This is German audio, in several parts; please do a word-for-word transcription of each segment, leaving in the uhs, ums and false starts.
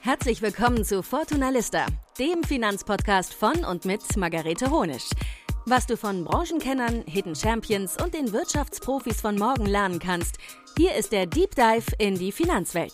Herzlich willkommen zu Fortuna Lista, dem Finanzpodcast von und mit Margarete Honisch. Was du von Branchenkennern, Hidden Champions und den Wirtschaftsprofis von morgen lernen kannst, hier ist der Deep Dive in die Finanzwelt.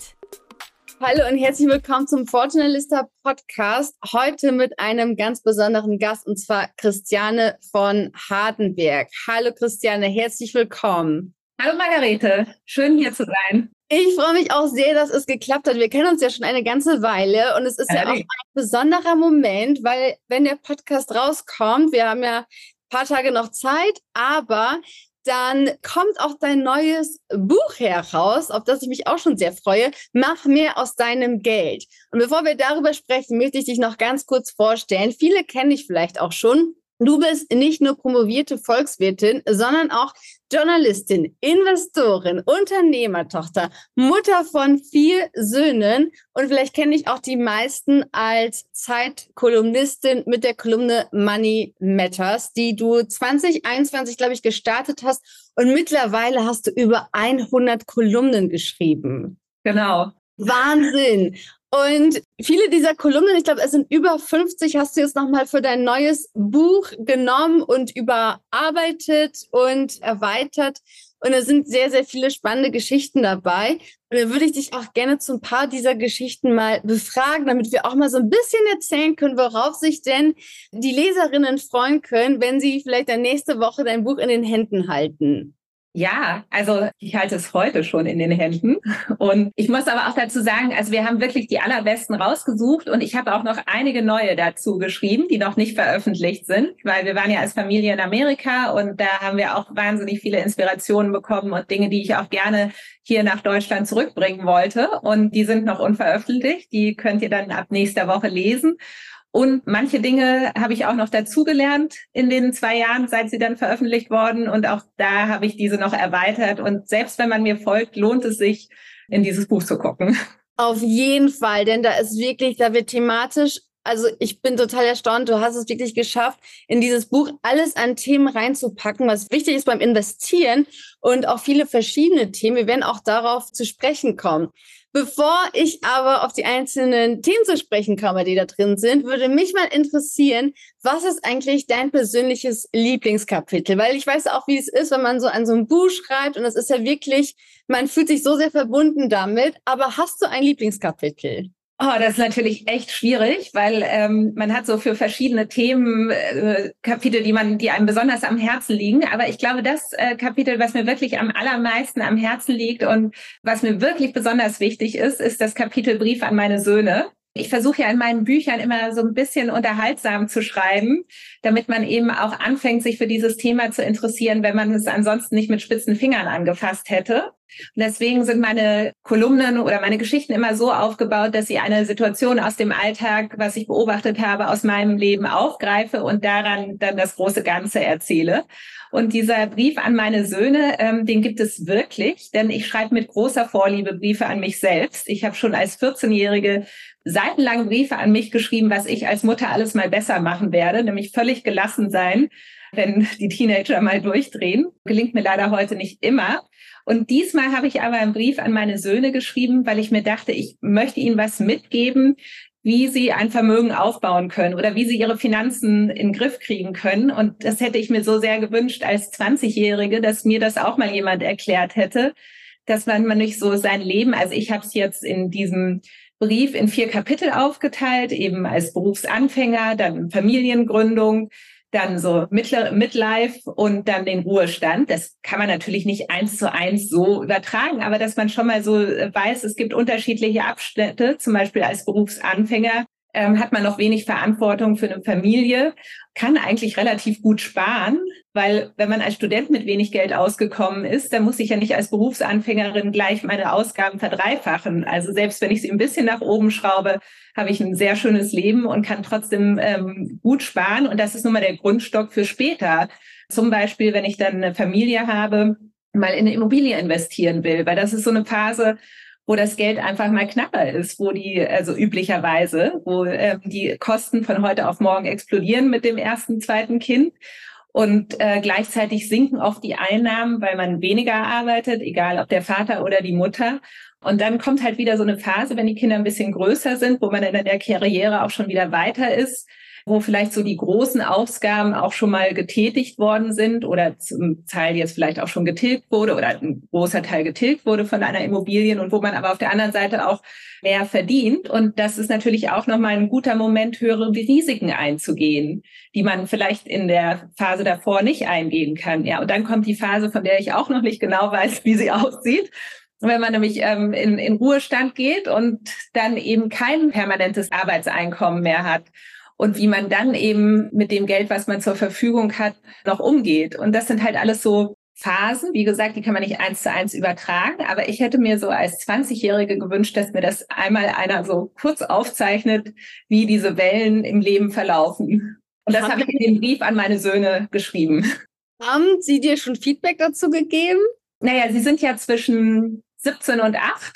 Hallo und herzlich willkommen zum Fortuna Lista Podcast. Heute mit einem ganz besonderen Gast, und zwar Christiane von Hardenberg. Hallo Christiane, herzlich willkommen. Hallo Margarete, schön hier zu sein. Ich freue mich auch sehr, dass es geklappt hat. Wir kennen uns ja schon eine ganze Weile und es ist ja, ja auch ein besonderer Moment, weil wenn der Podcast rauskommt, wir haben ja ein paar Tage noch Zeit, aber dann kommt auch dein neues Buch heraus, auf das ich mich auch schon sehr freue. Mach mehr aus deinem Geld. Und bevor wir darüber sprechen, möchte ich dich noch ganz kurz vorstellen. Viele kennen dich vielleicht auch schon. Du bist nicht nur promovierte Volkswirtin, sondern auch Journalistin, Investorin, Unternehmertochter, Mutter von vier Söhnen und vielleicht kenne ich auch die meisten als Zeitkolumnistin mit der Kolumne Money Matters, die du zwanzig einundzwanzig, glaube ich, gestartet hast und mittlerweile hast du über hundert Kolumnen geschrieben. Genau. Wahnsinn! Und viele dieser Kolumnen, ich glaube, es sind über fünfzig, hast du jetzt nochmal für dein neues Buch genommen und überarbeitet und erweitert. Und es sind sehr, sehr viele spannende Geschichten dabei. Und dann würde ich dich auch gerne zu ein paar dieser Geschichten mal befragen, damit wir auch mal so ein bisschen erzählen können, worauf sich denn die Leserinnen freuen können, wenn sie vielleicht dann nächste Woche dein Buch in den Händen halten. Ja, also ich halte es heute schon in den Händen und ich muss aber auch dazu sagen, also wir haben wirklich die allerbesten rausgesucht und ich habe auch noch einige neue dazu geschrieben, die noch nicht veröffentlicht sind, weil wir waren ja als Familie in Amerika und da haben wir auch wahnsinnig viele Inspirationen bekommen und Dinge, die ich auch gerne hier nach Deutschland zurückbringen wollte und die sind noch unveröffentlicht, die könnt ihr dann ab nächster Woche lesen. Und manche Dinge habe ich auch noch dazugelernt in den zwei Jahren, seit sie dann veröffentlicht worden. Und auch da habe ich diese noch erweitert. Und selbst wenn man mir folgt, lohnt es sich, in dieses Buch zu gucken. Auf jeden Fall, denn da ist wirklich, da wird thematisch, also ich bin total erstaunt, du hast es wirklich geschafft, in dieses Buch alles an Themen reinzupacken, was wichtig ist beim Investieren und auch viele verschiedene Themen. Wir werden auch darauf zu sprechen kommen. Bevor ich aber auf die einzelnen Themen zu sprechen komme, die da drin sind, würde mich mal interessieren, was ist eigentlich dein persönliches Lieblingskapitel? Weil ich weiß auch, wie es ist, wenn man so an so ein Buch schreibt und es ist ja wirklich, man fühlt sich so sehr verbunden damit. Aber hast du ein Lieblingskapitel? Oh, das ist natürlich echt schwierig, weil ähm, man hat so für verschiedene Themen äh, Kapitel, die man, die einem besonders am Herzen liegen. Aber ich glaube, das äh, Kapitel, was mir wirklich am allermeisten am Herzen liegt und was mir wirklich besonders wichtig ist, ist das Kapitel Brief an meine Söhne. Ich versuche ja in meinen Büchern immer so ein bisschen unterhaltsam zu schreiben, damit man eben auch anfängt, sich für dieses Thema zu interessieren, wenn man es ansonsten nicht mit spitzen Fingern angefasst hätte. Und deswegen sind meine Kolumnen oder meine Geschichten immer so aufgebaut, dass sie eine Situation aus dem Alltag, was ich beobachtet habe, aus meinem Leben aufgreife und daran dann das große Ganze erzähle. Und dieser Brief an meine Söhne, ähm, den gibt es wirklich, denn ich schreibe mit großer Vorliebe Briefe an mich selbst. Ich habe schon als vierzehnjährige seitenlange Briefe an mich geschrieben, was ich als Mutter alles mal besser machen werde, nämlich völlig gelassen sein, wenn die Teenager mal durchdrehen. Gelingt mir leider heute nicht immer. Und diesmal habe ich aber einen Brief an meine Söhne geschrieben, weil ich mir dachte, ich möchte ihnen was mitgeben, wie sie ein Vermögen aufbauen können oder wie sie ihre Finanzen in den Griff kriegen können. Und das hätte ich mir so sehr gewünscht als zwanzigjährige, dass mir das auch mal jemand erklärt hätte, dass man, man nicht so sein Leben, also ich habe es jetzt in diesem Brief in vier Kapitel aufgeteilt, eben als Berufsanfänger, dann Familiengründung, dann so Midlife und dann den Ruhestand. Das kann man natürlich nicht eins zu eins so übertragen, aber dass man schon mal so weiß, es gibt unterschiedliche Abschnitte, zum Beispiel als Berufsanfänger ähm, hat man noch wenig Verantwortung für eine Familie, kann eigentlich relativ gut sparen, weil wenn man als Student mit wenig Geld ausgekommen ist, dann muss ich ja nicht als Berufsanfängerin gleich meine Ausgaben verdreifachen. Also selbst wenn ich sie ein bisschen nach oben schraube, habe ich ein sehr schönes Leben und kann trotzdem ähm, gut sparen. Und das ist nun mal der Grundstock für später. Zum Beispiel, wenn ich dann eine Familie habe, mal in eine Immobilie investieren will, weil das ist so eine Phase, wo das Geld einfach mal knapper ist, wo die, also üblicherweise, wo ähm, die Kosten von heute auf morgen explodieren mit dem ersten, zweiten Kind. Und äh, gleichzeitig sinken oft die Einnahmen, weil man weniger arbeitet, egal ob der Vater oder die Mutter. Und dann kommt halt wieder so eine Phase, wenn die Kinder ein bisschen größer sind, wo man dann in der Karriere auch schon wieder weiter ist, wo vielleicht so die großen Ausgaben auch schon mal getätigt worden sind oder zum Teil jetzt vielleicht auch schon getilgt wurde oder ein großer Teil getilgt wurde von einer Immobilie und wo man aber auf der anderen Seite auch mehr verdient. Und das ist natürlich auch nochmal ein guter Moment, höhere Risiken einzugehen, die man vielleicht in der Phase davor nicht eingehen kann. Ja, und dann kommt die Phase, von der ich auch noch nicht genau weiß, wie sie aussieht. Wenn man nämlich ähm, in, in Ruhestand geht und dann eben kein permanentes Arbeitseinkommen mehr hat. Und wie man dann eben mit dem Geld, was man zur Verfügung hat, noch umgeht. Und das sind halt alles so Phasen. Wie gesagt, die kann man nicht eins zu eins übertragen. Aber ich hätte mir so als zwanzigjährige gewünscht, dass mir das einmal einer so kurz aufzeichnet, wie diese Wellen im Leben verlaufen. Und das habe ich in dem Brief an meine Söhne geschrieben. Haben Sie dir schon Feedback dazu gegeben? Naja, sie sind ja zwischen siebzehn und acht.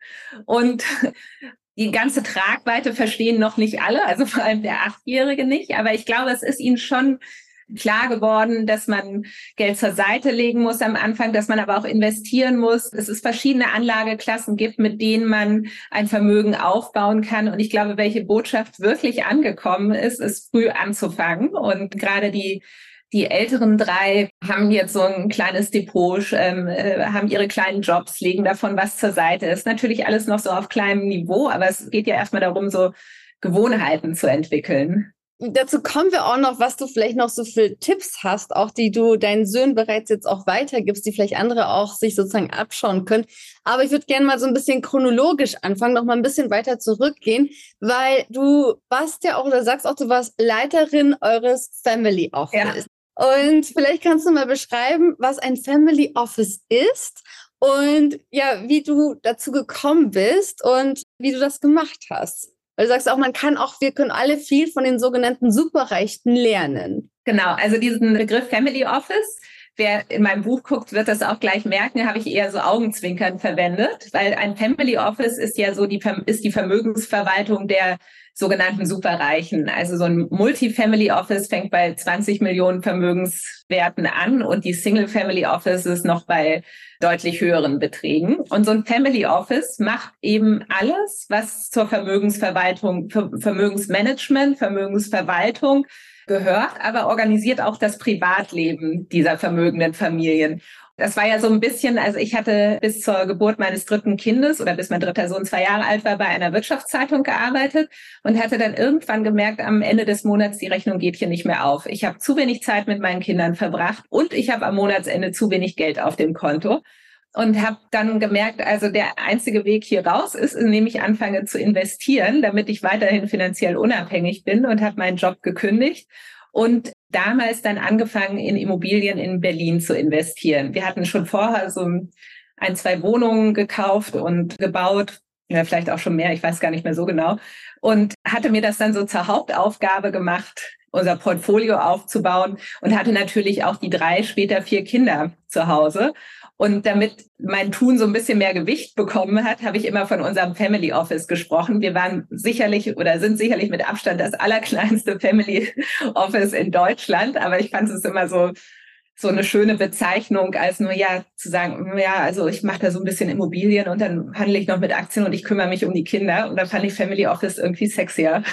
Und die ganze Tragweite verstehen noch nicht alle, also vor allem der Achtjährige nicht. Aber ich glaube, es ist ihnen schon klar geworden, dass man Geld zur Seite legen muss am Anfang, dass man aber auch investieren muss. Dass es verschiedene Anlageklassen gibt, mit denen man ein Vermögen aufbauen kann. Und ich glaube, welche Botschaft wirklich angekommen ist, ist früh anzufangen. Und gerade die Die älteren drei haben jetzt so ein kleines Depot, ähm, äh, haben ihre kleinen Jobs, legen davon was zur Seite. Ist natürlich alles noch so auf kleinem Niveau, aber es geht ja erstmal darum, so Gewohnheiten zu entwickeln. Dazu kommen wir auch noch, was du vielleicht noch so für Tipps hast, auch die du deinen Söhnen bereits jetzt auch weitergibst, die vielleicht andere auch sich sozusagen abschauen können. Aber ich würde gerne mal so ein bisschen chronologisch anfangen, noch mal ein bisschen weiter zurückgehen, weil du warst ja auch, oder sagst auch, du warst Leiterin eures Family Office. Ja. Und vielleicht kannst du mal beschreiben, was ein Family Office ist und ja, wie du dazu gekommen bist und wie du das gemacht hast. Weil du sagst auch, man kann auch, wir können alle viel von den sogenannten Superreichen lernen. Genau, also diesen Begriff Family Office, wer in meinem Buch guckt, wird das auch gleich merken, habe ich eher so Augenzwinkern verwendet, weil ein Family Office ist ja so die, ist die Vermögensverwaltung der sogenannten Superreichen. Also so ein Multifamily Office fängt bei zwanzig Millionen Vermögenswerten an und die Single Family Office ist noch bei deutlich höheren Beträgen. Und so ein Family Office macht eben alles, was zur Vermögensverwaltung, Vermögensmanagement, Vermögensverwaltung gehört, aber organisiert auch das Privatleben dieser vermögenden Familien. Das war ja so ein bisschen, also ich hatte bis zur Geburt meines dritten Kindes oder bis mein dritter Sohn zwei Jahre alt war, bei einer Wirtschaftszeitung gearbeitet und hatte dann irgendwann gemerkt, am Ende des Monats, die Rechnung geht hier nicht mehr auf. Ich habe zu wenig Zeit mit meinen Kindern verbracht und ich habe am Monatsende zu wenig Geld auf dem Konto. Und habe dann gemerkt, also der einzige Weg hier raus ist, indem ich anfange zu investieren, damit ich weiterhin finanziell unabhängig bin und habe meinen Job gekündigt und damals dann angefangen, in Immobilien in Berlin zu investieren. Wir hatten schon vorher so ein, zwei Wohnungen gekauft und gebaut, ja, vielleicht auch schon mehr, ich weiß gar nicht mehr so genau, und hatte mir das dann so zur Hauptaufgabe gemacht, unser Portfolio aufzubauen und hatte natürlich auch die drei, später vier Kinder zu Hause. Und damit mein Tun so ein bisschen mehr Gewicht bekommen hat, habe ich immer von unserem Family Office gesprochen. Wir waren sicherlich oder sind sicherlich mit Abstand das allerkleinste Family Office in Deutschland. Aber ich fand es immer so, so eine schöne Bezeichnung, als nur ja zu sagen, ja, also ich mache da so ein bisschen Immobilien und dann handle ich noch mit Aktien und ich kümmere mich um die Kinder. Und da fand ich Family Office irgendwie sexier.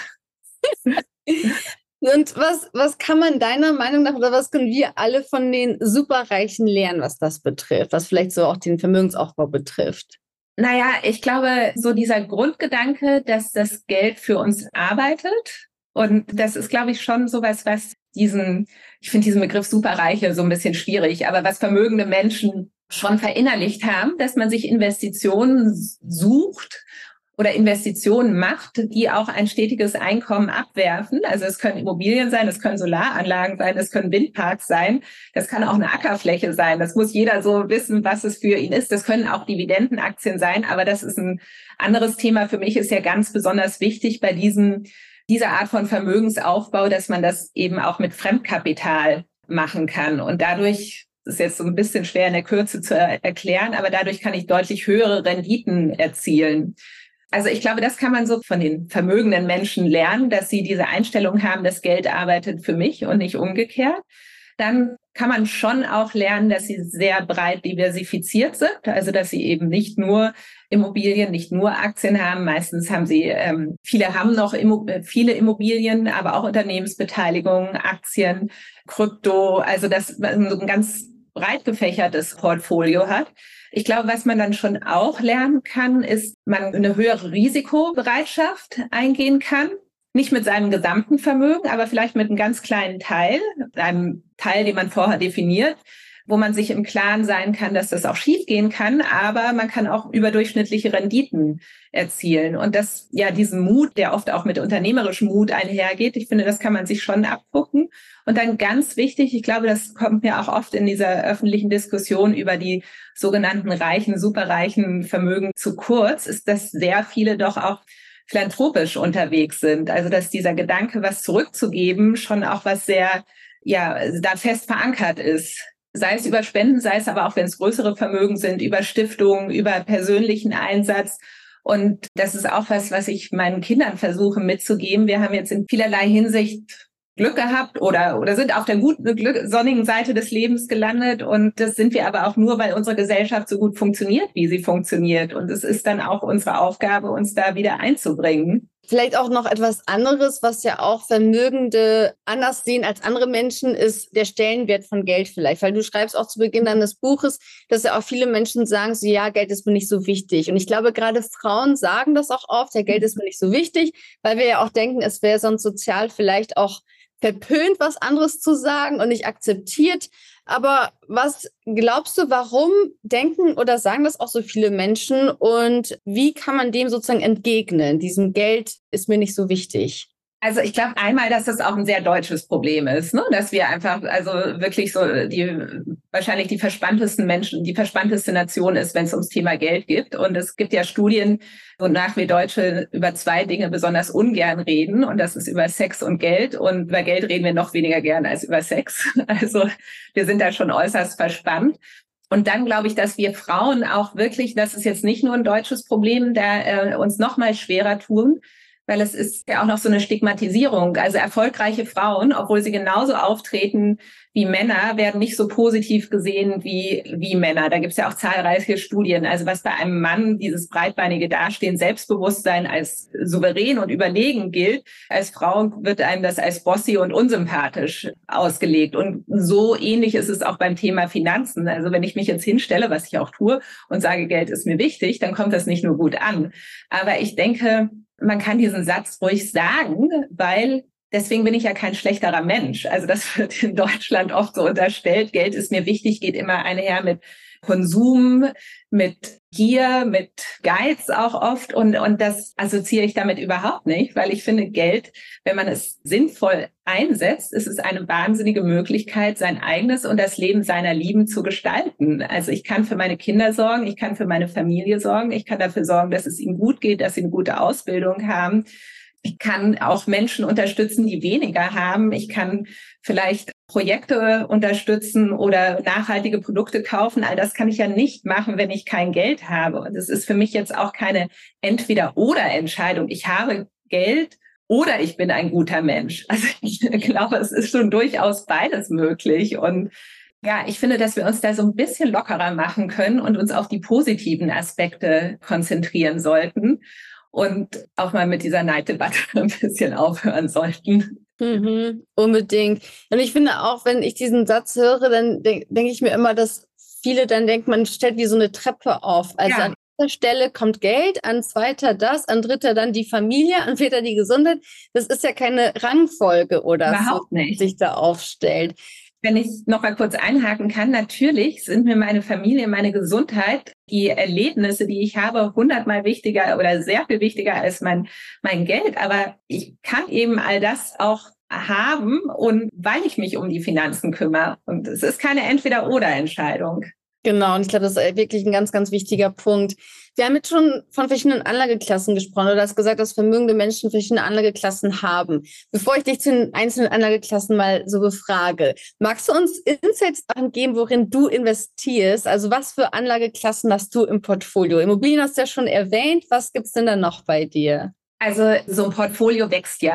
Und was, was kann man deiner Meinung nach oder was können wir alle von den Superreichen lernen, was das betrifft, was vielleicht so auch den Vermögensaufbau betrifft? Naja, ich glaube, so dieser Grundgedanke, dass das Geld für uns arbeitet und das ist, glaube ich, schon sowas, was diesen, ich finde diesen Begriff Superreiche so ein bisschen schwierig, aber was vermögende Menschen schon verinnerlicht haben, dass man sich Investitionen sucht oder Investitionen macht, die auch ein stetiges Einkommen abwerfen. Also es können Immobilien sein, es können Solaranlagen sein, es können Windparks sein, das kann auch eine Ackerfläche sein. Das muss jeder so wissen, was es für ihn ist. Das können auch Dividendenaktien sein, aber das ist ein anderes Thema. Für mich ist ja ganz besonders wichtig bei diesem, dieser Art von Vermögensaufbau, dass man das eben auch mit Fremdkapital machen kann. Und dadurch, das ist jetzt so ein bisschen schwer in der Kürze zu er- erklären, aber dadurch kann ich deutlich höhere Renditen erzielen. Also ich glaube, das kann man so von den vermögenden Menschen lernen, dass sie diese Einstellung haben, das Geld arbeitet für mich und nicht umgekehrt. Dann kann man schon auch lernen, dass sie sehr breit diversifiziert sind. Also dass sie eben nicht nur Immobilien, nicht nur Aktien haben. Meistens haben sie, ähm, viele haben noch Immo- viele Immobilien, aber auch Unternehmensbeteiligungen, Aktien, Krypto. Also dass man so ein ganz breit gefächertes Portfolio hat. Ich glaube, was man dann schon auch lernen kann, ist, man eine höhere Risikobereitschaft eingehen kann. Nicht mit seinem gesamten Vermögen, aber vielleicht mit einem ganz kleinen Teil, einem Teil, den man vorher definiert, wo man sich im Klaren sein kann, dass das auch schiefgehen kann, aber man kann auch überdurchschnittliche Renditen erzielen. Und das, ja, diesen Mut, der oft auch mit unternehmerischem Mut einhergeht, ich finde, das kann man sich schon abgucken. Und dann ganz wichtig, ich glaube, das kommt mir auch oft in dieser öffentlichen Diskussion über die sogenannten reichen, superreichen Vermögen zu kurz, ist, dass sehr viele doch auch philanthropisch unterwegs sind. Also dass dieser Gedanke, was zurückzugeben, schon auch was sehr, ja, da fest verankert ist. Sei es über Spenden, sei es aber auch, wenn es größere Vermögen sind, über Stiftungen, über persönlichen Einsatz. Und das ist auch was, was ich meinen Kindern versuche mitzugeben. Wir haben jetzt in vielerlei Hinsicht Glück gehabt oder, oder sind auf der guten, Glück, sonnigen Seite des Lebens gelandet. Und das sind wir aber auch nur, weil unsere Gesellschaft so gut funktioniert, wie sie funktioniert. Und es ist dann auch unsere Aufgabe, uns da wieder einzubringen. Vielleicht auch noch etwas anderes, was ja auch Vermögende anders sehen als andere Menschen, ist der Stellenwert von Geld vielleicht. Weil du schreibst auch zu Beginn deines Buches, dass ja auch viele Menschen sagen, so ja, Geld ist mir nicht so wichtig. Und ich glaube, gerade Frauen sagen das auch oft, ja, Geld ist mir nicht so wichtig, weil wir ja auch denken, es wäre sonst sozial vielleicht auch verpönt, was anderes zu sagen und nicht akzeptiert. Aber was glaubst du, warum denken oder sagen das auch so viele Menschen und wie kann man dem sozusagen entgegnen? Diesem Geld ist mir nicht so wichtig. Also ich glaube einmal, dass das auch ein sehr deutsches Problem ist, ne? Dass wir einfach, also wirklich so die wahrscheinlich die verspanntesten Menschen, die verspannteste Nation ist, wenn es ums Thema Geld geht. Und es gibt ja Studien, wonach wir Deutsche über zwei Dinge besonders ungern reden. Und das ist über Sex und Geld. Und über Geld reden wir noch weniger gern als über Sex. Also wir sind da schon äußerst verspannt. Und dann glaube ich, dass wir Frauen auch wirklich, das ist jetzt nicht nur ein deutsches Problem, da äh, uns noch mal schwerer tun, weil es ist ja auch noch so eine Stigmatisierung. Also erfolgreiche Frauen, obwohl sie genauso auftreten wie Männer, werden nicht so positiv gesehen wie wie Männer. Da gibt es ja auch zahlreiche Studien. Also was bei einem Mann dieses breitbeinige Dastehen, Selbstbewusstsein als souverän und überlegen gilt, als Frau wird einem das als bossy und unsympathisch ausgelegt. Und so ähnlich ist es auch beim Thema Finanzen. Also wenn ich mich jetzt hinstelle, was ich auch tue, und sage, Geld ist mir wichtig, dann kommt das nicht nur gut an. Aber ich denke, man kann diesen Satz ruhig sagen, weil deswegen bin ich ja kein schlechterer Mensch. Also das wird in Deutschland oft so unterstellt. Geld ist mir wichtig, geht immer einher mit Konsum, mit Gier, mit Geiz auch oft. Und, und das assoziiere ich damit überhaupt nicht, weil ich finde, Geld, wenn man es sinnvoll einsetzt, ist es eine wahnsinnige Möglichkeit, sein eigenes und das Leben seiner Lieben zu gestalten. Also ich kann für meine Kinder sorgen, ich kann für meine Familie sorgen, ich kann dafür sorgen, dass es ihnen gut geht, dass sie eine gute Ausbildung haben. Ich kann auch Menschen unterstützen, die weniger haben. Ich kann vielleicht Projekte unterstützen oder nachhaltige Produkte kaufen. All das kann ich ja nicht machen, wenn ich kein Geld habe. Und es ist für mich jetzt auch keine Entweder-oder-Entscheidung. Ich habe Geld oder ich bin ein guter Mensch. Also ich glaube, es ist schon durchaus beides möglich. Und ja, ich finde, dass wir uns da so ein bisschen lockerer machen können und uns auf die positiven Aspekte konzentrieren sollten. Und auch mal mit dieser Neiddebatte ein bisschen aufhören sollten. Mhm, unbedingt. Und ich finde auch, wenn ich diesen Satz höre, dann denke denk ich mir immer, dass viele dann denken, man stellt wie so eine Treppe auf. Also ja. An erster Stelle kommt Geld, an zweiter das, an dritter dann die Familie, an vierter die Gesundheit. Das ist ja keine Rangfolge oder Überhaupt so, nicht. Die sich da aufstellt. Wenn ich noch mal kurz einhaken kann, natürlich sind mir meine Familie, meine Gesundheit, die Erlebnisse, die ich habe, hundertmal wichtiger oder sehr viel wichtiger als mein, mein Geld. Aber ich kann eben all das auch haben, und weil ich mich um die Finanzen kümmere. Und es ist keine Entweder-oder-Entscheidung. Genau, und ich glaube, das ist wirklich ein ganz, ganz wichtiger Punkt. Wir haben jetzt schon von verschiedenen Anlageklassen gesprochen. Du hast gesagt, dass vermögende Menschen verschiedene Anlageklassen haben. Bevor ich dich zu den einzelnen Anlageklassen mal so befrage, magst du uns Insights daran geben, worin du investierst? Also was für Anlageklassen hast du im Portfolio? Immobilien hast du ja schon erwähnt. Was gibt's denn da noch bei dir? Also so ein Portfolio wächst ja.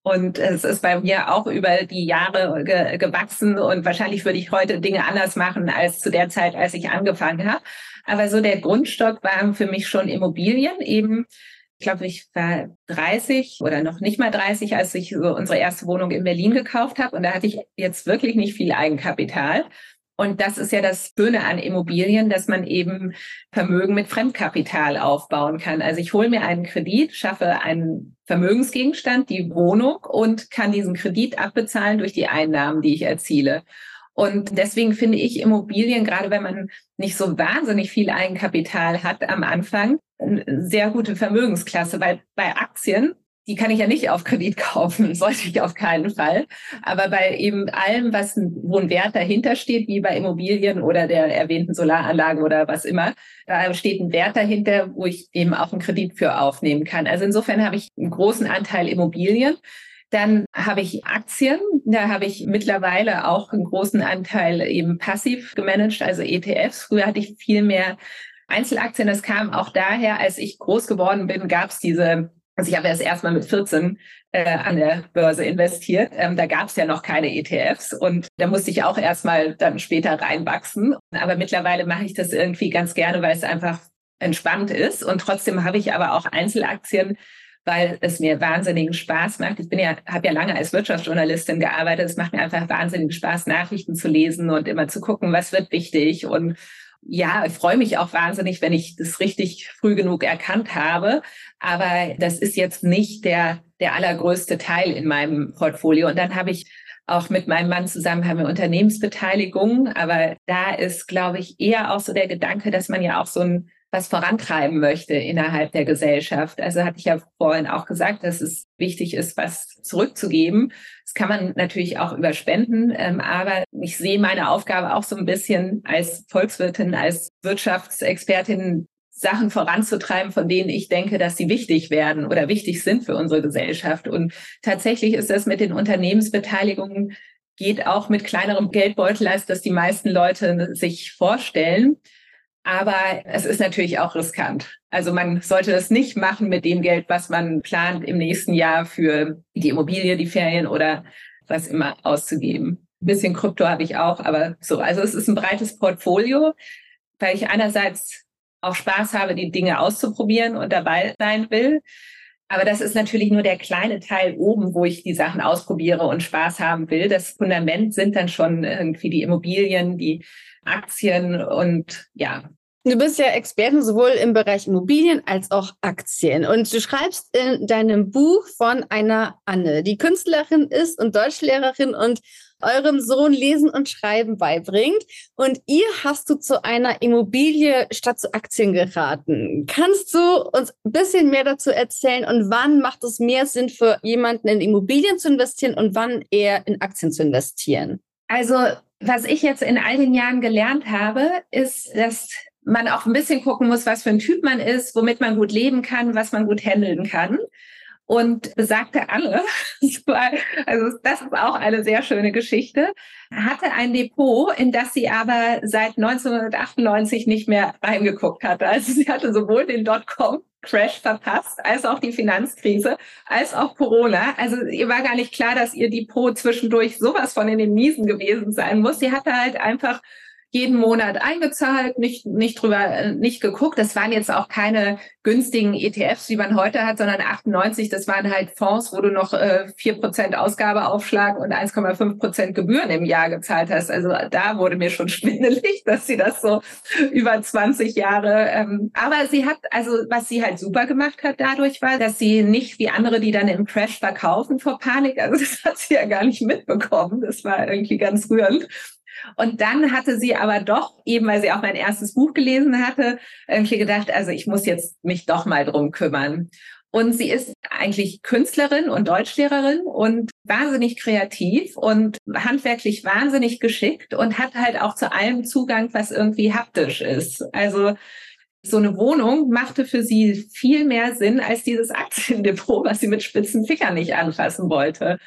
Und es ist bei mir auch über die Jahre ge- gewachsen und wahrscheinlich würde ich heute Dinge anders machen als zu der Zeit, als ich angefangen habe. Aber so der Grundstock waren für mich schon Immobilien. Eben, ich glaube, ich war dreißig oder noch nicht mal dreißig, als ich so unsere erste Wohnung in Berlin gekauft habe. Und da hatte ich jetzt wirklich nicht viel Eigenkapital. Und das ist ja das Schöne an Immobilien, dass man eben Vermögen mit Fremdkapital aufbauen kann. Also ich hole mir einen Kredit, schaffe einen Vermögensgegenstand, die Wohnung, und kann diesen Kredit abbezahlen durch die Einnahmen, die ich erziele. Und deswegen finde ich Immobilien, gerade wenn man nicht so wahnsinnig viel Eigenkapital hat am Anfang, eine sehr gute Vermögensklasse, weil bei Aktien, die kann ich ja nicht auf Kredit kaufen, sollte ich auf keinen Fall. Aber bei eben allem, was wo ein Wert dahinter steht, wie bei Immobilien oder der erwähnten Solaranlagen oder was immer, da steht ein Wert dahinter, wo ich eben auch einen Kredit für aufnehmen kann. Also insofern habe ich einen großen Anteil Immobilien. Dann habe ich Aktien, da habe ich mittlerweile auch einen großen Anteil eben passiv gemanagt, also E T Fs. Früher hatte ich viel mehr Einzelaktien. Das kam auch daher, als ich groß geworden bin, gab es diese, also ich habe erst erstmal mit vierzehn äh, an der Börse investiert. Ähm, da gab es ja noch keine E T Fs und da musste ich auch erstmal dann später reinwachsen. Aber mittlerweile mache ich das irgendwie ganz gerne, weil es einfach entspannt ist. Und trotzdem habe ich aber auch Einzelaktien, weil es mir wahnsinnigen Spaß macht. Ich bin ja, habe ja lange als Wirtschaftsjournalistin gearbeitet. Es macht mir einfach wahnsinnigen Spaß, Nachrichten zu lesen und immer zu gucken, was wird wichtig. Und ja, ich freue mich auch wahnsinnig, wenn ich das richtig früh genug erkannt habe. Aber das ist jetzt nicht der, der allergrößte Teil in meinem Portfolio. Und dann habe ich auch mit meinem Mann zusammen haben wir Unternehmensbeteiligung. Aber da ist, glaube ich, eher auch so der Gedanke, dass man ja auch so ein was vorantreiben möchte innerhalb der Gesellschaft. Also hatte ich ja vorhin auch gesagt, dass es wichtig ist, was zurückzugeben. Das kann man natürlich auch über Spenden, ähm, aber ich sehe meine Aufgabe auch so ein bisschen als Volkswirtin, als Wirtschaftsexpertin, Sachen voranzutreiben, von denen ich denke, dass sie wichtig werden oder wichtig sind für unsere Gesellschaft. Und tatsächlich ist das mit den Unternehmensbeteiligungen geht auch mit kleinerem Geldbeutel, als das die meisten Leute sich vorstellen. Aber es ist natürlich auch riskant. Also man sollte das nicht machen mit dem Geld, was man plant, im nächsten Jahr für die Immobilie, die Ferien oder was immer auszugeben. Ein bisschen Krypto habe ich auch, aber so. Also es ist ein breites Portfolio, weil ich einerseits auch Spaß habe, die Dinge auszuprobieren und dabei sein will. Aber das ist natürlich nur der kleine Teil oben, wo ich die Sachen ausprobiere und Spaß haben will. Das Fundament sind dann schon irgendwie die Immobilien, die Aktien und ja. Du bist ja Expertin sowohl im Bereich Immobilien als auch Aktien. Und du schreibst in deinem Buch von einer Anne, die Künstlerin ist und Deutschlehrerin und eurem Sohn Lesen und Schreiben beibringt. Und ihr hast du zu einer Immobilie statt zu Aktien geraten. Kannst du uns ein bisschen mehr dazu erzählen und wann macht es mehr Sinn für jemanden in Immobilien zu investieren und wann eher in Aktien zu investieren? Also was ich jetzt in all den Jahren gelernt habe, ist, dass man auch ein bisschen gucken muss, was für ein Typ man ist, womit man gut leben kann, was man gut handeln kann. Und besagte Anne, also das ist auch eine sehr schöne Geschichte, hatte ein Depot, in das sie aber seit neunzehnhundertachtundneunzig nicht mehr reingeguckt hatte. Also sie hatte sowohl den Dotcom-Crash verpasst, als auch die Finanzkrise, als auch Corona. Also ihr war gar nicht klar, dass ihr Depot zwischendurch sowas von in den Miesen gewesen sein muss. Sie hatte halt einfach jeden Monat eingezahlt, nicht, nicht drüber, nicht geguckt. Das waren jetzt auch keine günstigen E T Fs, wie man heute hat, sondern achtundneunzig, das waren halt Fonds, wo du noch äh, vier Prozent Ausgabeaufschlag und eins Komma fünf Prozent Gebühren im Jahr gezahlt hast. Also da wurde mir schon schwindelig, dass sie das so über zwanzig Jahre, ähm, aber sie hat, also was sie halt super gemacht hat dadurch war, dass sie nicht wie andere, die dann im Crash verkaufen vor Panik, also das hat sie ja gar nicht mitbekommen. Das war irgendwie ganz rührend. Und dann hatte sie aber doch, eben weil sie auch mein erstes Buch gelesen hatte, irgendwie gedacht, also ich muss jetzt mich doch mal drum kümmern. Und sie ist eigentlich Künstlerin und Deutschlehrerin und wahnsinnig kreativ und handwerklich wahnsinnig geschickt und hat halt auch zu allem Zugang, was irgendwie haptisch ist. Also so eine Wohnung machte für sie viel mehr Sinn als dieses Aktiendepot, was sie mit spitzen Fingern nicht anfassen wollte.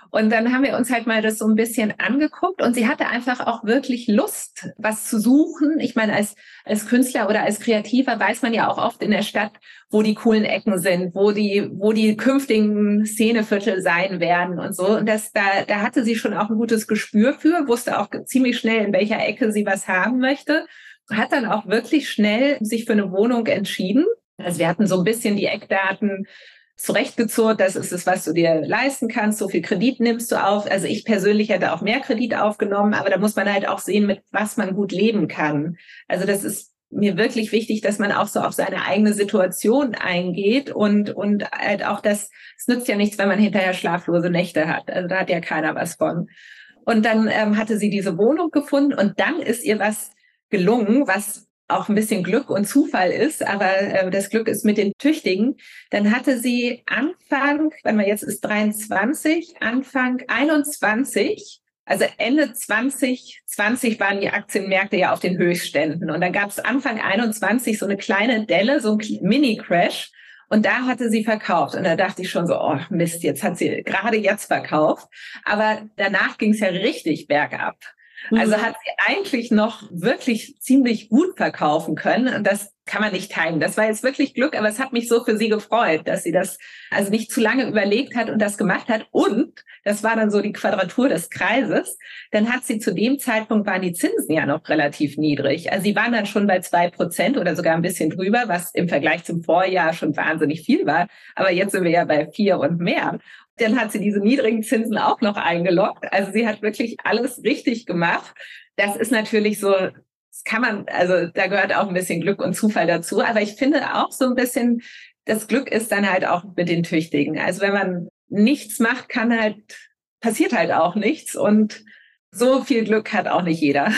Und dann haben wir uns halt mal das so ein bisschen angeguckt und sie hatte einfach auch wirklich Lust, was zu suchen. Ich meine, als, als Künstler oder als Kreativer weiß man ja auch oft in der Stadt, wo die coolen Ecken sind, wo die, wo die künftigen Szeneviertel sein werden und so. Und das, da, da hatte sie schon auch ein gutes Gespür für, wusste auch ziemlich schnell, in welcher Ecke sie was haben möchte. Hat dann auch wirklich schnell sich für eine Wohnung entschieden. Also wir hatten so ein bisschen die Eckdaten zurechtgezurrt, das ist es, was du dir leisten kannst, so viel Kredit nimmst du auf. Also ich persönlich hätte auch mehr Kredit aufgenommen, aber da muss man halt auch sehen, mit was man gut leben kann. Also das ist mir wirklich wichtig, dass man auch so auf seine eigene Situation eingeht und und halt auch das, es nützt ja nichts, wenn man hinterher schlaflose Nächte hat. Also da hat ja keiner was von. Und dann ähm, hatte sie diese Wohnung gefunden und dann ist ihr was gelungen, was auch ein bisschen Glück und Zufall ist, aber äh, das Glück ist mit den Tüchtigen. Dann hatte sie Anfang, wenn man jetzt ist dreiundzwanzig, Anfang einundzwanzig, also Ende zwanzig zwanzig waren die Aktienmärkte ja auf den Höchstständen und dann gab es Anfang einundzwanzig so eine kleine Delle, so ein Mini-Crash und da hatte sie verkauft und da dachte ich schon so, oh Mist, jetzt hat sie gerade jetzt verkauft, aber danach ging es ja richtig bergab. Also hat sie eigentlich noch wirklich ziemlich gut verkaufen können und das kann man nicht teilen. Das war jetzt wirklich Glück, aber es hat mich so für sie gefreut, dass sie das also nicht zu lange überlegt hat und das gemacht hat. Und das war dann so die Quadratur des Kreises. Dann hat sie zu dem Zeitpunkt, waren die Zinsen ja noch relativ niedrig. Also sie waren dann schon bei zwei Prozent oder sogar ein bisschen drüber, was im Vergleich zum Vorjahr schon wahnsinnig viel war. Aber jetzt sind wir ja bei vier und mehr. Dann hat sie diese niedrigen Zinsen auch noch eingeloggt. Also sie hat wirklich alles richtig gemacht. Das ist natürlich so, das kann man, also da gehört auch ein bisschen Glück und Zufall dazu. Aber ich finde auch so ein bisschen, das Glück ist dann halt auch mit den Tüchtigen. Also wenn man nichts macht, kann halt, passiert halt auch nichts. Und so viel Glück hat auch nicht jeder.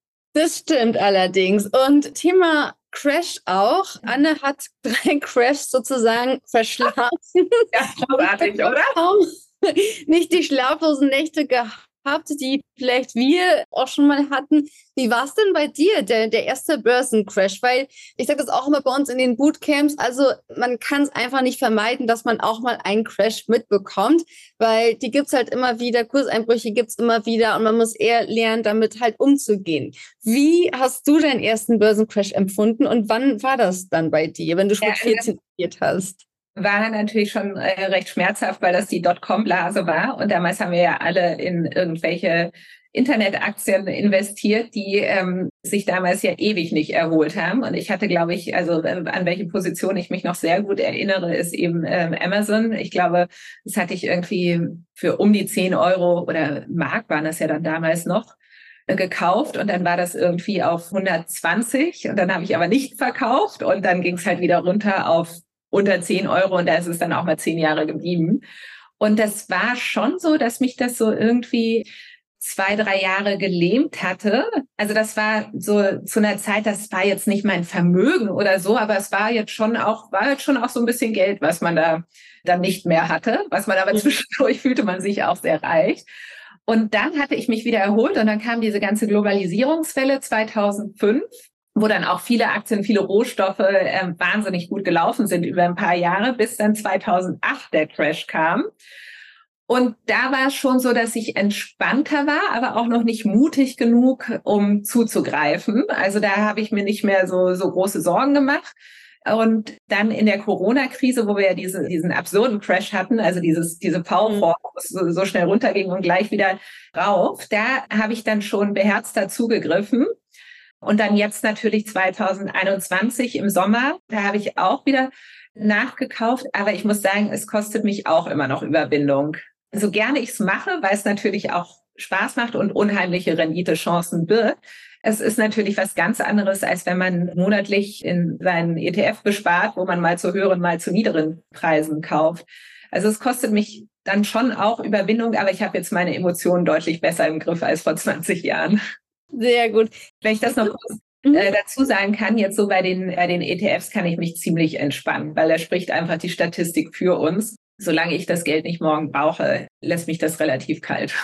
Das stimmt allerdings. Und Thema Crash auch. Anne hat drei Crashs sozusagen verschlafen. Ja, großartig, oder? Nicht die schlaflosen Nächte gehabt, die vielleicht wir auch schon mal hatten. Wie war es denn bei dir, der, der erste Börsencrash? Weil ich sage das auch immer bei uns in den Bootcamps, also man kann es einfach nicht vermeiden, dass man auch mal einen Crash mitbekommt, weil die gibt's halt immer wieder, Kurseinbrüche gibt's immer wieder und man muss eher lernen, damit halt umzugehen. Wie hast du deinen ersten Börsencrash empfunden und wann war das dann bei dir, wenn du schon ja, mit vierzehn studiert hast? War natürlich schon äh, recht schmerzhaft, weil das die Dotcom-Blase war. Und damals haben wir ja alle in irgendwelche Internetaktien investiert, die ähm, sich damals ja ewig nicht erholt haben. Und ich hatte, glaube ich, also äh, an welche Position ich mich noch sehr gut erinnere, ist eben ähm, Amazon. Ich glaube, das hatte ich irgendwie für um die zehn Euro oder Mark waren das ja dann damals noch, äh, gekauft. Und dann war das irgendwie auf hundertzwanzig. Und dann habe ich aber nicht verkauft. Und dann ging es halt wieder runter auf unter zehn Euro und da ist es dann auch mal zehn Jahre geblieben. Und das war schon so, dass mich das so irgendwie zwei, drei Jahre gelähmt hatte. Also das war so zu einer Zeit, das war jetzt nicht mein Vermögen oder so, aber es war jetzt schon auch, war jetzt schon auch so ein bisschen Geld, was man da dann nicht mehr hatte, was man aber zwischendurch fühlte man sich auch sehr reich. Und dann hatte ich mich wieder erholt und dann kam diese ganze Globalisierungswelle zweitausendfünf, wo dann auch viele Aktien, viele Rohstoffe äh, wahnsinnig gut gelaufen sind über ein paar Jahre, bis dann zweitausendacht der Crash kam. Und da war es schon so, dass ich entspannter war, aber auch noch nicht mutig genug, um zuzugreifen. Also da habe ich mir nicht mehr so, so große Sorgen gemacht. Und dann in der Corona-Krise, wo wir ja diese, diesen absurden Crash hatten, also dieses, diese V-Form, wo es so, so schnell runterging und gleich wieder rauf, da habe ich dann schon beherzter zugegriffen. Und dann jetzt natürlich zweitausendeinundzwanzig im Sommer, da habe ich auch wieder nachgekauft. Aber ich muss sagen, es kostet mich auch immer noch Überwindung. So gerne ich es mache, weil es natürlich auch Spaß macht und unheimliche Renditechancen birgt. Es ist natürlich was ganz anderes, als wenn man monatlich in seinen E T F bespart, wo man mal zu höheren, mal zu niederen Preisen kauft. Also es kostet mich dann schon auch Überwindung, aber ich habe jetzt meine Emotionen deutlich besser im Griff als vor zwanzig Jahren. Sehr gut. Wenn ich das noch kurz äh, dazu sagen kann, jetzt so bei den, bei den E T Fs kann ich mich ziemlich entspannen, weil da spricht einfach die Statistik für uns. Solange ich das Geld nicht morgen brauche, lässt mich das relativ kalt.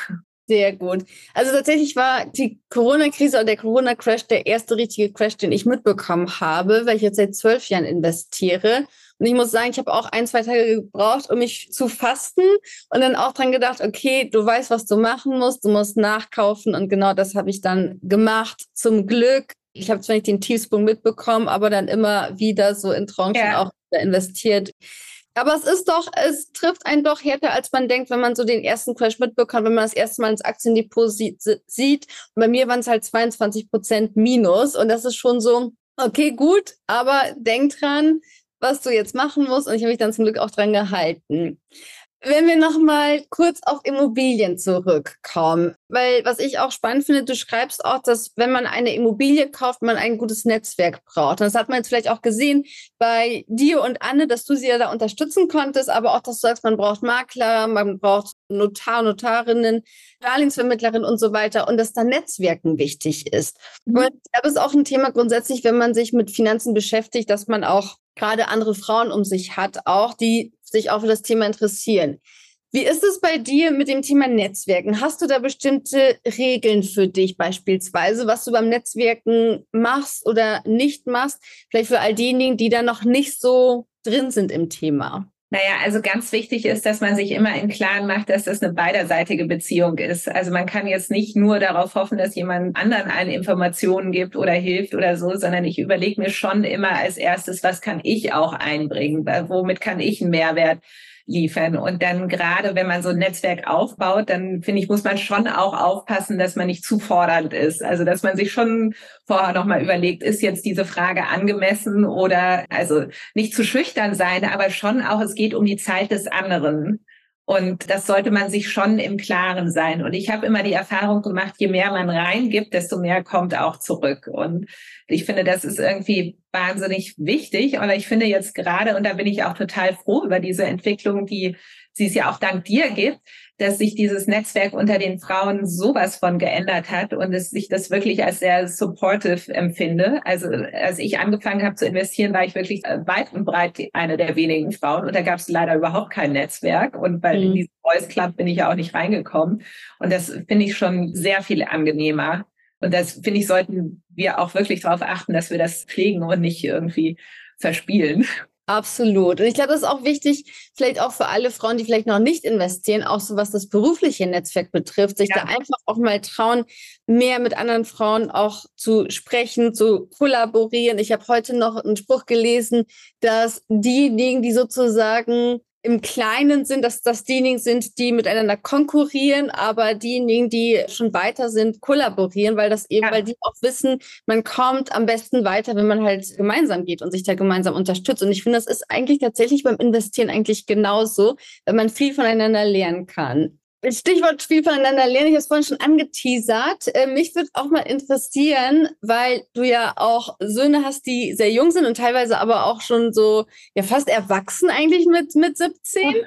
Sehr gut. Also tatsächlich war die Corona-Krise oder der Corona-Crash der erste richtige Crash, den ich mitbekommen habe, weil ich jetzt seit zwölf Jahren investiere. Und ich muss sagen, ich habe auch ein, zwei Tage gebraucht, um mich zu fasten und dann auch dran gedacht, okay, du weißt, was du machen musst, du musst nachkaufen und genau das habe ich dann gemacht. Zum Glück. Ich habe zwar nicht den Tiefsprung mitbekommen, aber dann immer wieder so in Tranchen ja. auch wieder investiert. Aber es ist doch, es trifft einen doch härter, als man denkt, wenn man so den ersten Crash mitbekommt, wenn man das erste Mal ins Aktiendepot sieht. sieht. Und bei mir waren es halt zweiundzwanzig Prozent Minus. Und das ist schon so, okay, gut, aber denk dran, was du jetzt machen musst. Und ich habe mich dann zum Glück auch dran gehalten. Wenn wir noch mal kurz auf Immobilien zurückkommen, weil was ich auch spannend finde, du schreibst auch, dass wenn man eine Immobilie kauft, man ein gutes Netzwerk braucht. Und das hat man jetzt vielleicht auch gesehen bei dir und Anne, dass du sie ja da unterstützen konntest, aber auch, dass du sagst, man braucht Makler, man braucht Notar, Notarinnen, Darlehensvermittlerinnen und so weiter und dass da Netzwerken wichtig ist. Mhm. Und das ist auch ein Thema grundsätzlich, wenn man sich mit Finanzen beschäftigt, dass man auch gerade andere Frauen um sich hat, auch die sich auch für das Thema interessieren. Wie ist es bei dir mit dem Thema Netzwerken? Hast du da bestimmte Regeln für dich beispielsweise, was du beim Netzwerken machst oder nicht machst? Vielleicht für all diejenigen, die da noch nicht so drin sind im Thema. Naja, also ganz wichtig ist, dass man sich immer im Klaren macht, dass das eine beiderseitige Beziehung ist. Also man kann jetzt nicht nur darauf hoffen, dass jemand anderen eine Informationen gibt oder hilft oder so, sondern ich überlege mir schon immer als erstes, was kann ich auch einbringen? Womit kann ich einen Mehrwert liefern? Und dann gerade, wenn man so ein Netzwerk aufbaut, dann finde ich, muss man schon auch aufpassen, dass man nicht zu fordernd ist. Also, dass man sich schon vorher nochmal überlegt, ist jetzt diese Frage angemessen oder, also nicht zu schüchtern sein, aber schon auch, es geht um die Zeit des anderen. Und das sollte man sich schon im Klaren sein. Und ich habe immer die Erfahrung gemacht, je mehr man reingibt, desto mehr kommt auch zurück. Und ich finde, das ist irgendwie wahnsinnig wichtig. Aber ich finde jetzt gerade, und da bin ich auch total froh über diese Entwicklung, die sie es ja auch dank dir gibt, dass sich dieses Netzwerk unter den Frauen sowas von geändert hat und dass ich das wirklich als sehr supportive empfinde. Also als ich angefangen habe zu investieren, war ich wirklich weit und breit eine der wenigen Frauen und da gab es leider überhaupt kein Netzwerk und bei mhm. diesem Boys Club bin ich ja auch nicht reingekommen und das finde ich schon sehr viel angenehmer und das finde ich, sollten wir auch wirklich darauf achten, dass wir das pflegen und nicht irgendwie verspielen. Absolut. Und ich glaube, das ist auch wichtig, vielleicht auch für alle Frauen, die vielleicht noch nicht investieren, auch so was das berufliche Netzwerk betrifft, sich ja. da einfach auch mal trauen, mehr mit anderen Frauen auch zu sprechen, zu kollaborieren. Ich habe heute noch einen Spruch gelesen, dass diejenigen, die sozusagen im Kleinen sind, dass das diejenigen sind, die miteinander konkurrieren, aber diejenigen, die schon weiter sind, kollaborieren, weil das eben, ja. weil die auch wissen, man kommt am besten weiter, wenn man halt gemeinsam geht und sich da gemeinsam unterstützt. Und ich finde, das ist eigentlich tatsächlich beim Investieren eigentlich genauso, wenn man viel voneinander lernen kann. Stichwort viel voneinander lernen, ich habe es vorhin schon angeteasert. Äh, mich würde auch mal interessieren, weil du ja auch Söhne hast, die sehr jung sind und teilweise aber auch schon so, ja fast erwachsen eigentlich mit, mit siebzehn.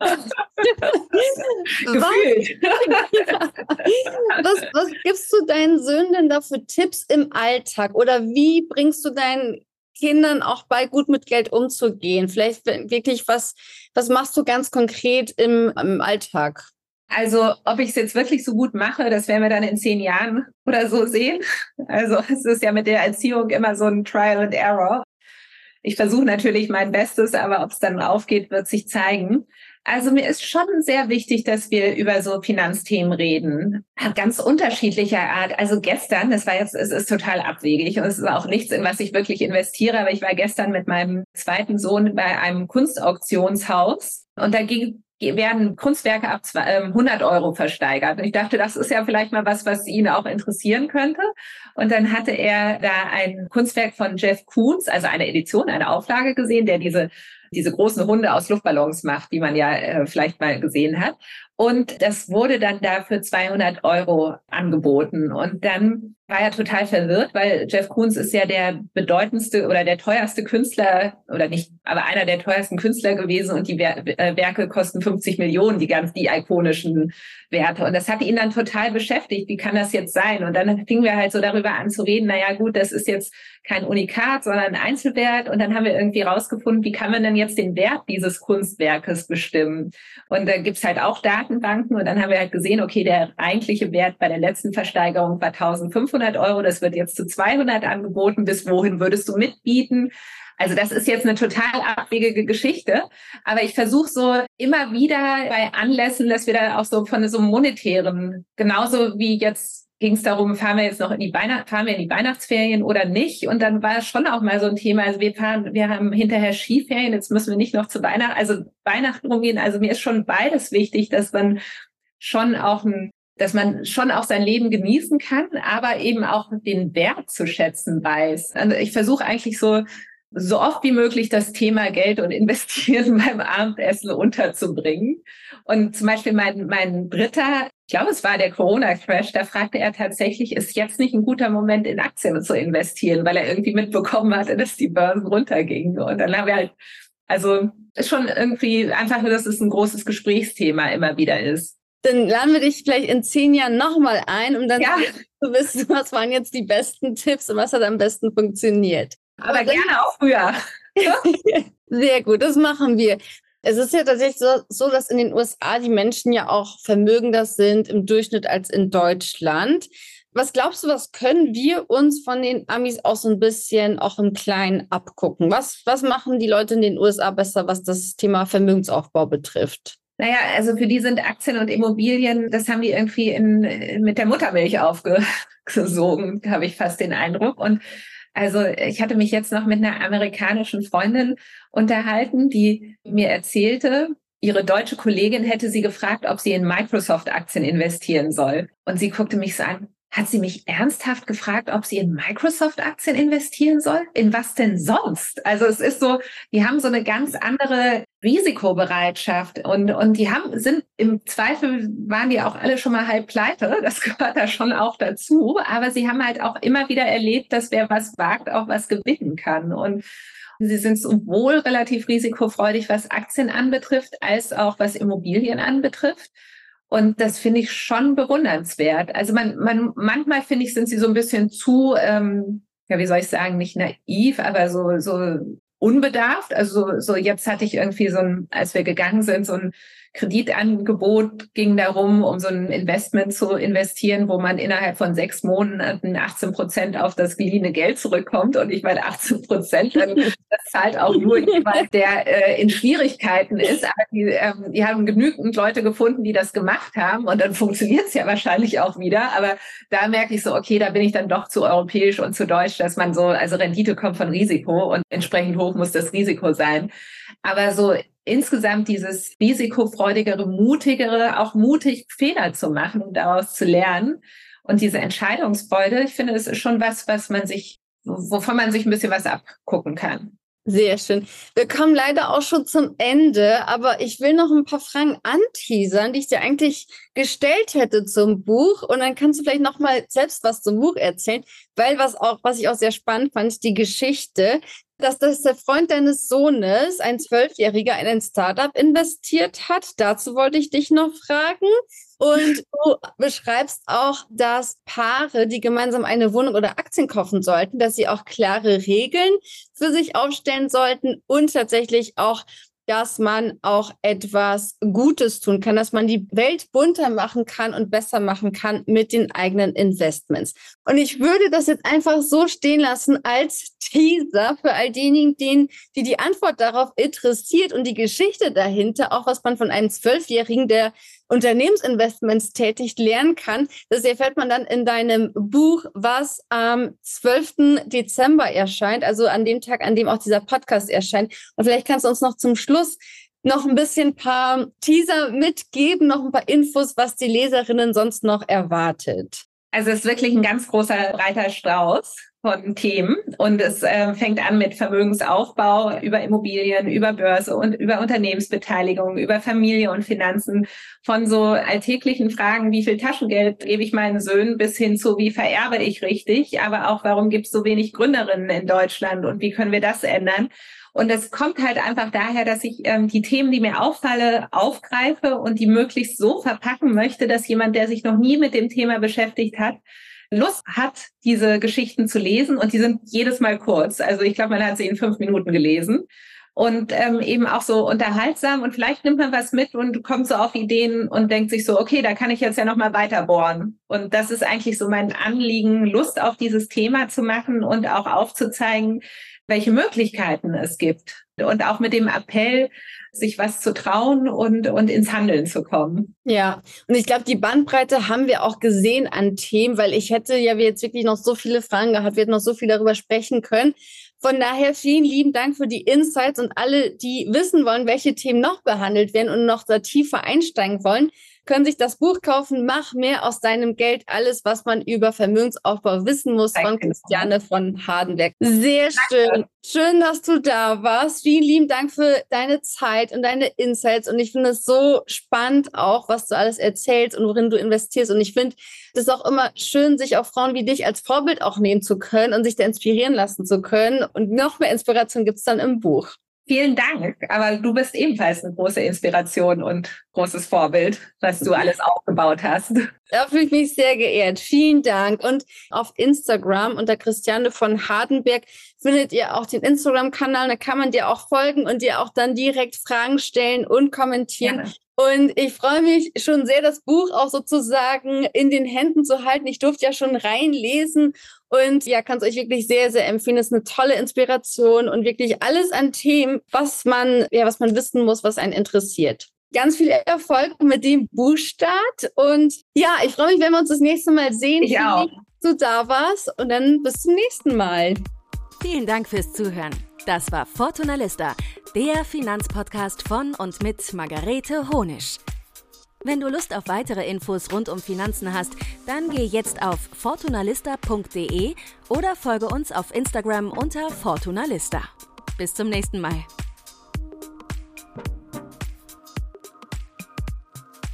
Gefühlt. was, was gibst du deinen Söhnen denn da für Tipps im Alltag? Oder wie bringst du deinen Kindern auch bei, gut mit Geld umzugehen? Vielleicht wirklich, was, was machst du ganz konkret im, im Alltag? Also ob ich es jetzt wirklich so gut mache, das werden wir dann in zehn Jahren oder so sehen. Also es ist ja mit der Erziehung immer so ein Trial and Error. Ich versuche natürlich mein Bestes, aber ob es dann aufgeht, wird sich zeigen. Also mir ist schon sehr wichtig, dass wir über so Finanzthemen reden. Ganz unterschiedlicher Art. Also gestern, das war jetzt, es ist total abwegig und es ist auch nichts, in was ich wirklich investiere, aber ich war gestern mit meinem zweiten Sohn bei einem Kunstauktionshaus und da ging werden Kunstwerke ab hundert Euro versteigert. Und ich dachte, das ist ja vielleicht mal was, was ihn auch interessieren könnte. Und dann hatte er da ein Kunstwerk von Jeff Koons, also eine Edition, eine Auflage gesehen, der diese diese großen Hunde aus Luftballons macht, die man ja äh, vielleicht mal gesehen hat. Und das wurde dann da für zweihundert Euro angeboten. Und dann war er total verwirrt, weil Jeff Koons ist ja der bedeutendste oder der teuerste Künstler, oder nicht, aber einer der teuersten Künstler gewesen. Und die Wer- äh, Werke kosten fünfzig Millionen, die ganz, die ikonischen Werte. Und das hat ihn dann total beschäftigt. Wie kann das jetzt sein? Und dann fingen wir halt so darüber an zu reden, naja gut, das ist jetzt kein Unikat, sondern ein Einzelwert. Und dann haben wir irgendwie rausgefunden, wie kann man denn jetzt den Wert dieses Kunstwerkes bestimmen? Und da gibt's halt auch da Datenbanken und dann haben wir halt gesehen, okay, der eigentliche Wert bei der letzten Versteigerung war eintausendfünfhundert Euro, das wird jetzt zu zweihundert angeboten, bis wohin würdest du mitbieten? Also das ist jetzt eine total abwegige Geschichte, aber ich versuche so immer wieder bei Anlässen, dass wir da auch so von so monetären, genauso wie jetzt ging es darum, fahren wir jetzt noch in die Weihnacht, fahren wir in die Weihnachtsferien oder nicht? Und dann war es schon auch mal so ein Thema, also wir fahren, wir haben hinterher Skiferien, jetzt müssen wir nicht noch zu Weihnachten, also Weihnachten rumgehen. Also mir ist schon beides wichtig, dass man schon auch ein, dass man schon auch sein Leben genießen kann, aber eben auch den Wert zu schätzen weiß. Also ich versuche eigentlich so, so oft wie möglich das Thema Geld und Investieren beim Abendessen unterzubringen. Und zum Beispiel mein, mein Dritter, ich glaube, es war der Corona-Crash, da fragte er tatsächlich, ist jetzt nicht ein guter Moment, in Aktien zu investieren, weil er irgendwie mitbekommen hatte, dass die Börsen runtergingen. Und dann haben wir halt, also ist schon irgendwie einfach nur, dass es ein großes Gesprächsthema immer wieder ist. Dann laden wir dich vielleicht in zehn Jahren nochmal ein, um dann ja. zu wissen, was waren jetzt die besten Tipps und was hat am besten funktioniert. Aber, Aber gerne auch früher. Sehr gut, das machen wir. Es ist ja tatsächlich so, so, dass in den U S A die Menschen ja auch vermögender sind im Durchschnitt als in Deutschland. Was glaubst du, was können wir uns von den Amis auch so ein bisschen auch im Kleinen abgucken? Was, was machen die Leute in den U S A besser, was das Thema Vermögensaufbau betrifft? Naja, also für die sind Aktien und Immobilien, das haben die irgendwie in, mit der Muttermilch aufgesogen, habe ich fast den Eindruck. Und also ich hatte mich jetzt noch mit einer amerikanischen Freundin unterhalten, die mir erzählte, ihre deutsche Kollegin hätte sie gefragt, ob sie in Microsoft-Aktien investieren soll. Und sie guckte mich so an, hat sie mich ernsthaft gefragt, ob sie in Microsoft-Aktien investieren soll? In was denn sonst? Also es ist so, die haben so eine ganz andere Risikobereitschaft und, und die haben, sind im Zweifel, waren die auch alle schon mal halb pleite, das gehört da schon auch dazu, aber sie haben halt auch immer wieder erlebt, dass wer was wagt, auch was gewinnen kann und sie sind sowohl relativ risikofreudig, was Aktien anbetrifft, als auch was Immobilien anbetrifft. Und das finde ich schon bewundernswert. Also man, man, manchmal finde ich, sind sie so ein bisschen zu, ähm, ja, wie soll ich sagen, nicht naiv, aber so, so unbedarft. Also so jetzt hatte ich irgendwie so ein, als wir gegangen sind, so ein Kreditangebot ging darum, um so ein Investment zu investieren, wo man innerhalb von sechs Monaten achtzehn Prozent auf das geliehene Geld zurückkommt. Und ich meine, achtzehn Prozent, dann, das zahlt auch nur jemand, der äh, in Schwierigkeiten ist. Aber die, ähm, die haben genügend Leute gefunden, die das gemacht haben. Und dann funktioniert es ja wahrscheinlich auch wieder. Aber da merke ich so, okay, da bin ich dann doch zu europäisch und zu deutsch, dass man so, also Rendite kommt von Risiko und entsprechend hoch muss das Risiko sein. Aber so insgesamt dieses risikofreudigere, mutigere, auch mutig Fehler zu machen und daraus zu lernen. Und diese Entscheidungsfreude, ich finde, das ist schon was, was man sich, wovon man sich ein bisschen was abgucken kann. Sehr schön. Wir kommen leider auch schon zum Ende, aber ich will noch ein paar Fragen anteasern, die ich dir eigentlich gestellt hätte zum Buch. Und dann kannst du vielleicht noch mal selbst was zum Buch erzählen, weil was auch, was ich auch sehr spannend fand, die Geschichte, dass das der Freund deines Sohnes, ein Zwölfjähriger, in ein Startup investiert hat. Dazu wollte ich dich noch fragen. Und du beschreibst auch, dass Paare, die gemeinsam eine Wohnung oder Aktien kaufen sollten, dass sie auch klare Regeln für sich aufstellen sollten und tatsächlich auch, dass man auch etwas Gutes tun kann, dass man die Welt bunter machen kann und besser machen kann mit den eigenen Investments. Und ich würde das jetzt einfach so stehen lassen als Teaser für all diejenigen, denen, die die Antwort darauf interessiert und die Geschichte dahinter, auch was man von einem Zwölfjährigen, der Unternehmensinvestments tätigt, lernen kann. Das erfährt man dann in deinem Buch, was am zwölften Dezember erscheint, also an dem Tag, an dem auch dieser Podcast erscheint. Und vielleicht kannst du uns noch zum Schluss noch ein bisschen ein paar Teaser mitgeben, noch ein paar Infos, was die Leserinnen sonst noch erwartet. Also es ist wirklich ein ganz großer, breiter Strauß von Themen und es äh, fängt an mit Vermögensaufbau über Immobilien, über Börse und über Unternehmensbeteiligung, über Familie und Finanzen, von so alltäglichen Fragen, wie viel Taschengeld gebe ich meinen Söhnen, bis hin zu, wie vererbe ich richtig, aber auch, warum gibt es so wenig Gründerinnen in Deutschland und wie können wir das ändern? Und es kommt halt einfach daher, dass ich ähm, die Themen, die mir auffalle, aufgreife und die möglichst so verpacken möchte, dass jemand, der sich noch nie mit dem Thema beschäftigt hat, Lust hat, diese Geschichten zu lesen. Und die sind jedes Mal kurz. Also ich glaube, man hat sie in fünf Minuten gelesen. und ähm, eben auch so unterhaltsam und vielleicht nimmt man was mit und kommt so auf Ideen und denkt sich so, okay, da kann ich jetzt ja nochmal weiter bohren. Und das ist eigentlich so mein Anliegen, Lust auf dieses Thema zu machen und auch aufzuzeigen, welche Möglichkeiten es gibt. Und auch mit dem Appell, sich was zu trauen und, und ins Handeln zu kommen. Ja, und ich glaube, die Bandbreite haben wir auch gesehen an Themen, weil ich hätte ja jetzt wirklich noch so viele Fragen gehabt, wir hätten noch so viel darüber sprechen können. Von daher vielen lieben Dank für die Insights und alle, die wissen wollen, welche Themen noch behandelt werden und noch da tiefer einsteigen wollen, können sich das Buch kaufen, Mach mehr aus deinem Geld, alles, was man über Vermögensaufbau wissen muss, von Christiane von Hardenberg. Sehr schön. Schön, dass du da warst. Vielen lieben Dank für deine Zeit und deine Insights. Und ich finde es so spannend auch, was du alles erzählst und worin du investierst. Und ich finde es auch immer schön, sich auch Frauen wie dich als Vorbild auch nehmen zu können und sich da inspirieren lassen zu können. Und noch mehr Inspiration gibt es dann im Buch. Vielen Dank, aber du bist ebenfalls eine große Inspiration und großes Vorbild, was du alles aufgebaut hast. Da fühle ich mich sehr geehrt. Vielen Dank. Und auf Instagram unter Christiane von Hardenberg findet ihr auch den Instagram-Kanal. Da kann man dir auch folgen und dir auch dann direkt Fragen stellen und kommentieren. Ja. Und ich freue mich schon sehr, das Buch auch sozusagen in den Händen zu halten. Ich durfte ja schon reinlesen und ja, kann es euch wirklich sehr, sehr empfehlen. Es ist eine tolle Inspiration und wirklich alles an Themen, was man, ja, was man wissen muss, was einen interessiert. Ganz viel Erfolg mit dem Buchstart und ja, ich freue mich, wenn wir uns das nächste Mal sehen. Ich auch. Du da warst und dann bis zum nächsten Mal. Vielen Dank fürs Zuhören. Das war Fortuna Lista, der Finanzpodcast von und mit Margarete Honisch. Wenn du Lust auf weitere Infos rund um Finanzen hast, dann geh jetzt auf fortunalista punkt de oder folge uns auf Instagram unter Fortuna Lista. Bis zum nächsten Mal.